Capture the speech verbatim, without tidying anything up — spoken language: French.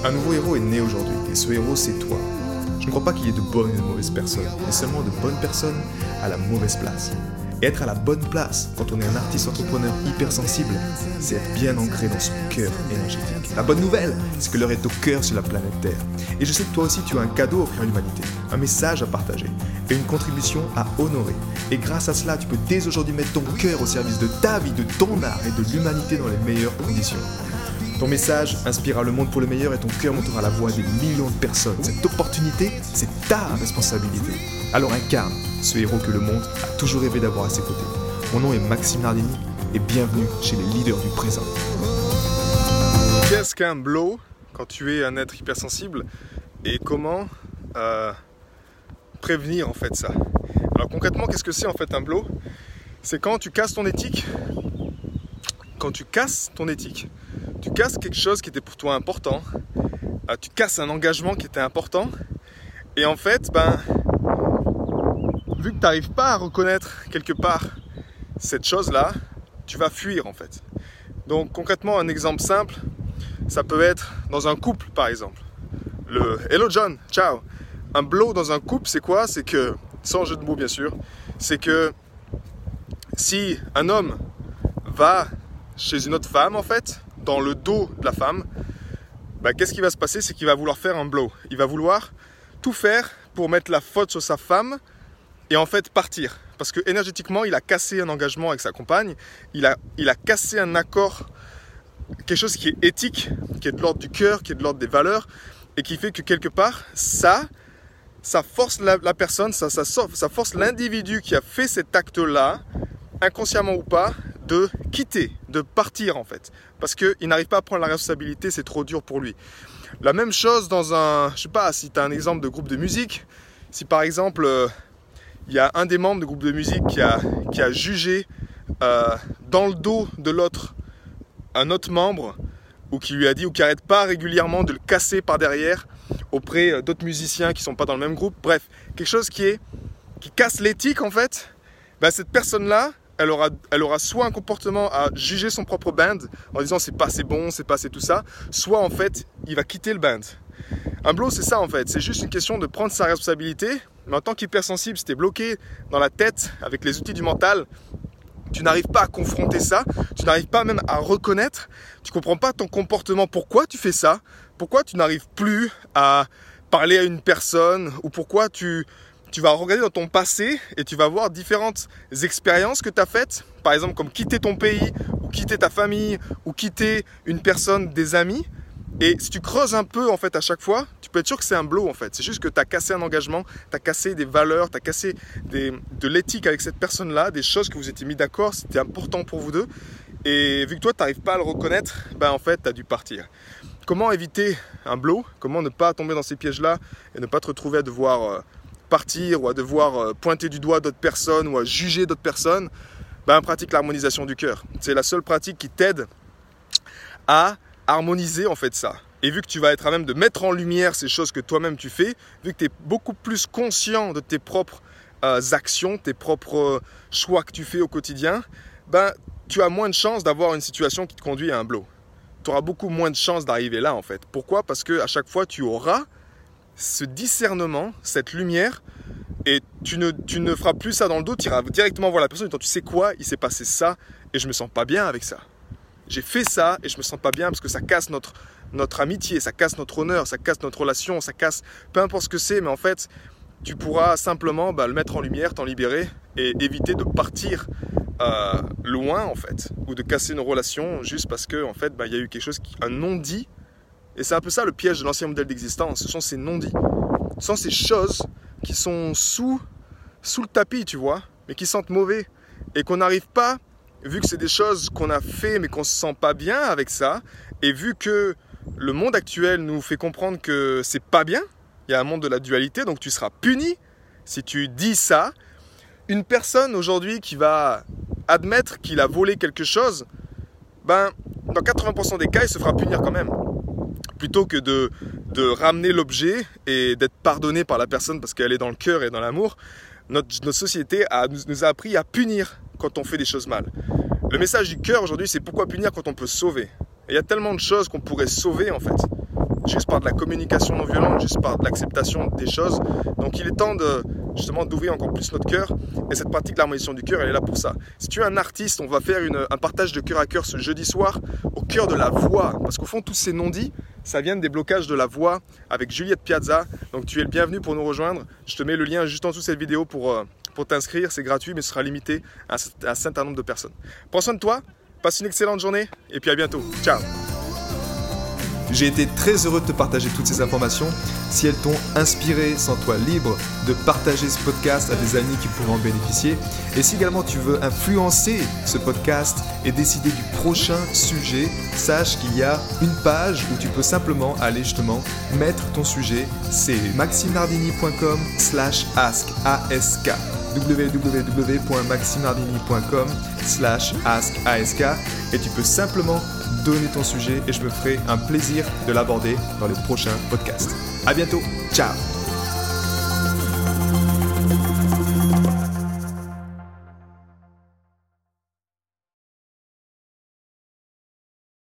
Un nouveau héros est né aujourd'hui, et ce héros c'est toi. Je ne crois pas qu'il y ait de bonnes et de mauvaises personnes, mais seulement de bonnes personnes à la mauvaise place. Et être à la bonne place, quand on est un artiste entrepreneur hypersensible, c'est être bien ancré dans son cœur énergétique. La bonne nouvelle, c'est que l'heure est au cœur sur la planète Terre. Et je sais que toi aussi tu as un cadeau à offrir à l'humanité, un message à partager, et une contribution à honorer. Et grâce à cela, tu peux dès aujourd'hui mettre ton cœur au service de ta vie, de ton art et de l'humanité dans les meilleures conditions. Ton message inspirera le monde pour le meilleur et ton cœur montera la voix des millions de personnes. Cette opportunité, c'est ta responsabilité. Alors incarne ce héros que le monde a toujours rêvé d'avoir à ses côtés. Mon nom est Maxime Nardini et bienvenue chez les leaders du présent. Qu'est-ce qu'un blow quand tu es un être hypersensible et comment euh, prévenir en fait ça? Alors concrètement, qu'est-ce que c'est en fait un blow? C'est quand tu casses ton éthique, quand tu casses ton éthique, tu casses quelque chose qui était pour toi important, euh, tu casses un engagement qui était important et en fait, ben, vu que tu n'arrives pas à reconnaître quelque part cette chose-là, tu vas fuir en fait. Donc concrètement, un exemple simple, ça peut être dans un couple par exemple. Le « Hello John, ciao ». Un blow dans un couple, c'est quoi? C'est que, sans jeu de mots bien sûr, c'est que si un homme va chez une autre femme en fait, dans le dos de la femme, bah, qu'est-ce qui va se passer? C'est qu'il va vouloir faire un blow. Il va vouloir tout faire pour mettre la faute sur sa femme et en fait partir. Parce que énergétiquement, il a cassé un engagement avec sa compagne, il a, il a cassé un accord, quelque chose qui est éthique, qui est de l'ordre du cœur, qui est de l'ordre des valeurs, et qui fait que quelque part, ça, ça force la, la personne, ça, ça, ça force l'individu qui a fait cet acte-là, inconsciemment ou pas, de quitter, de partir en fait. Parce qu'il n'arrive pas à prendre la responsabilité, c'est trop dur pour lui. La même chose dans un, je sais pas, si tu as un exemple de groupe de musique, si par exemple, il euh, y a un des membres du groupe de musique qui a, qui a jugé euh, dans le dos de l'autre, un autre membre, ou qui lui a dit, ou qui n'arrête pas régulièrement de le casser par derrière auprès d'autres musiciens qui ne sont pas dans le même groupe, bref, quelque chose qui, est, qui casse l'éthique en fait, ben, cette personne-là, Elle aura, elle aura soit un comportement à juger son propre band en disant c'est pas assez bon, c'est pas assez tout ça, soit en fait il va quitter le band. Un blow c'est ça en fait, c'est juste une question de prendre sa responsabilité, mais en tant qu'hypersensible, si tu es bloqué dans la tête avec les outils du mental, tu n'arrives pas à confronter ça, tu n'arrives pas même à reconnaître, tu comprends pas ton comportement, pourquoi tu fais ça, pourquoi tu n'arrives plus à parler à une personne ou pourquoi tu... Tu vas regarder dans ton passé et tu vas voir différentes expériences que tu as faites, par exemple comme quitter ton pays, ou quitter ta famille, ou quitter une personne, des amis. Et si tu creuses un peu en fait à chaque fois, tu peux être sûr que c'est un blow en fait. C'est juste que tu as cassé un engagement, tu as cassé des valeurs, tu as cassé des, de l'éthique avec cette personne-là, des choses que vous étiez mis d'accord, c'était important pour vous deux. Et vu que toi tu n'arrives pas à le reconnaître, ben en fait tu as dû partir. Comment éviter un blow? Comment ne pas tomber dans ces pièges-là et ne pas te retrouver à devoir... Euh, partir ou à devoir pointer du doigt d'autres personnes ou à juger d'autres personnes, ben, pratique l'harmonisation du cœur. C'est la seule pratique qui t'aide à harmoniser en fait ça. Et vu que tu vas être à même de mettre en lumière ces choses que toi-même tu fais, vu que tu es beaucoup plus conscient de tes propres euh, actions, tes propres choix que tu fais au quotidien, ben, tu as moins de chances d'avoir une situation qui te conduit à un blow. Tu auras beaucoup moins de chances d'arriver là en fait. Pourquoi? Parce qu'à chaque fois tu auras ce discernement, cette lumière, et tu ne, tu ne feras plus ça dans le dos, tu iras directement voir la personne et tu sais quoi, il s'est passé ça et je me sens pas bien avec ça. J'ai fait ça et je me sens pas bien parce que ça casse notre, notre amitié, ça casse notre honneur, ça casse notre relation, ça casse peu importe ce que c'est, mais en fait, tu pourras simplement bah, le mettre en lumière, t'en libérer et éviter de partir euh, loin en fait, ou de casser une relation juste parce que en fait, bah, y a eu quelque chose, qui, un non-dit. Et c'est un peu ça le piège de l'ancien modèle d'existence, ce sont ces non-dits, ce sont ces choses qui sont sous, sous le tapis, tu vois, mais qui sentent mauvais et qu'on n'arrive pas, vu que c'est des choses qu'on a fait mais qu'on ne se sent pas bien avec ça, et vu que le monde actuel nous fait comprendre que c'est pas bien, il y a un monde de la dualité, donc tu seras puni si tu dis ça. Une personne aujourd'hui qui va admettre qu'il a volé quelque chose, ben, dans quatre-vingts pour cent des cas, il se fera punir quand même. Plutôt que de, de ramener l'objet et d'être pardonné par la personne parce qu'elle est dans le cœur et dans l'amour, notre, notre société a, nous, nous a appris à punir quand on fait des choses mal. Le message du cœur aujourd'hui, c'est pourquoi punir quand on peut sauver. Et il y a tellement de choses qu'on pourrait sauver en fait. juste par de la communication non violente, juste par de l'acceptation des choses. Donc il est temps de justement d'ouvrir encore plus notre cœur, et cette pratique de l'harmonisation du cœur, elle est là pour ça. Si tu es un artiste, on va faire une, un partage de cœur à cœur ce jeudi soir au cœur de la voix, parce qu'au fond tous ces non-dits, ça vient des blocages de la voix avec Juliette Piazza. Donc tu es le bienvenu pour nous rejoindre. Je te mets le lien juste en dessous de cette vidéo pour, euh, pour t'inscrire, c'est gratuit mais ce sera limité à un certain nombre de personnes. Prends soin de toi, passe une excellente journée et puis à bientôt. Ciao. J'ai été très heureux de te partager toutes ces informations. Si elles t'ont inspiré, sens-toi libre de partager ce podcast à des amis qui pourront en bénéficier. Et si également tu veux influencer ce podcast et décider du prochain sujet, sache qu'il y a une page où tu peux simplement aller justement mettre ton sujet. C'est maximnardini.com slash ask, A-S-K. w w w point maximnardini point com slash ask, A-S-K. Et tu peux simplement donner ton sujet et je me ferai un plaisir de l'aborder dans les prochains podcasts. À bientôt, ciao!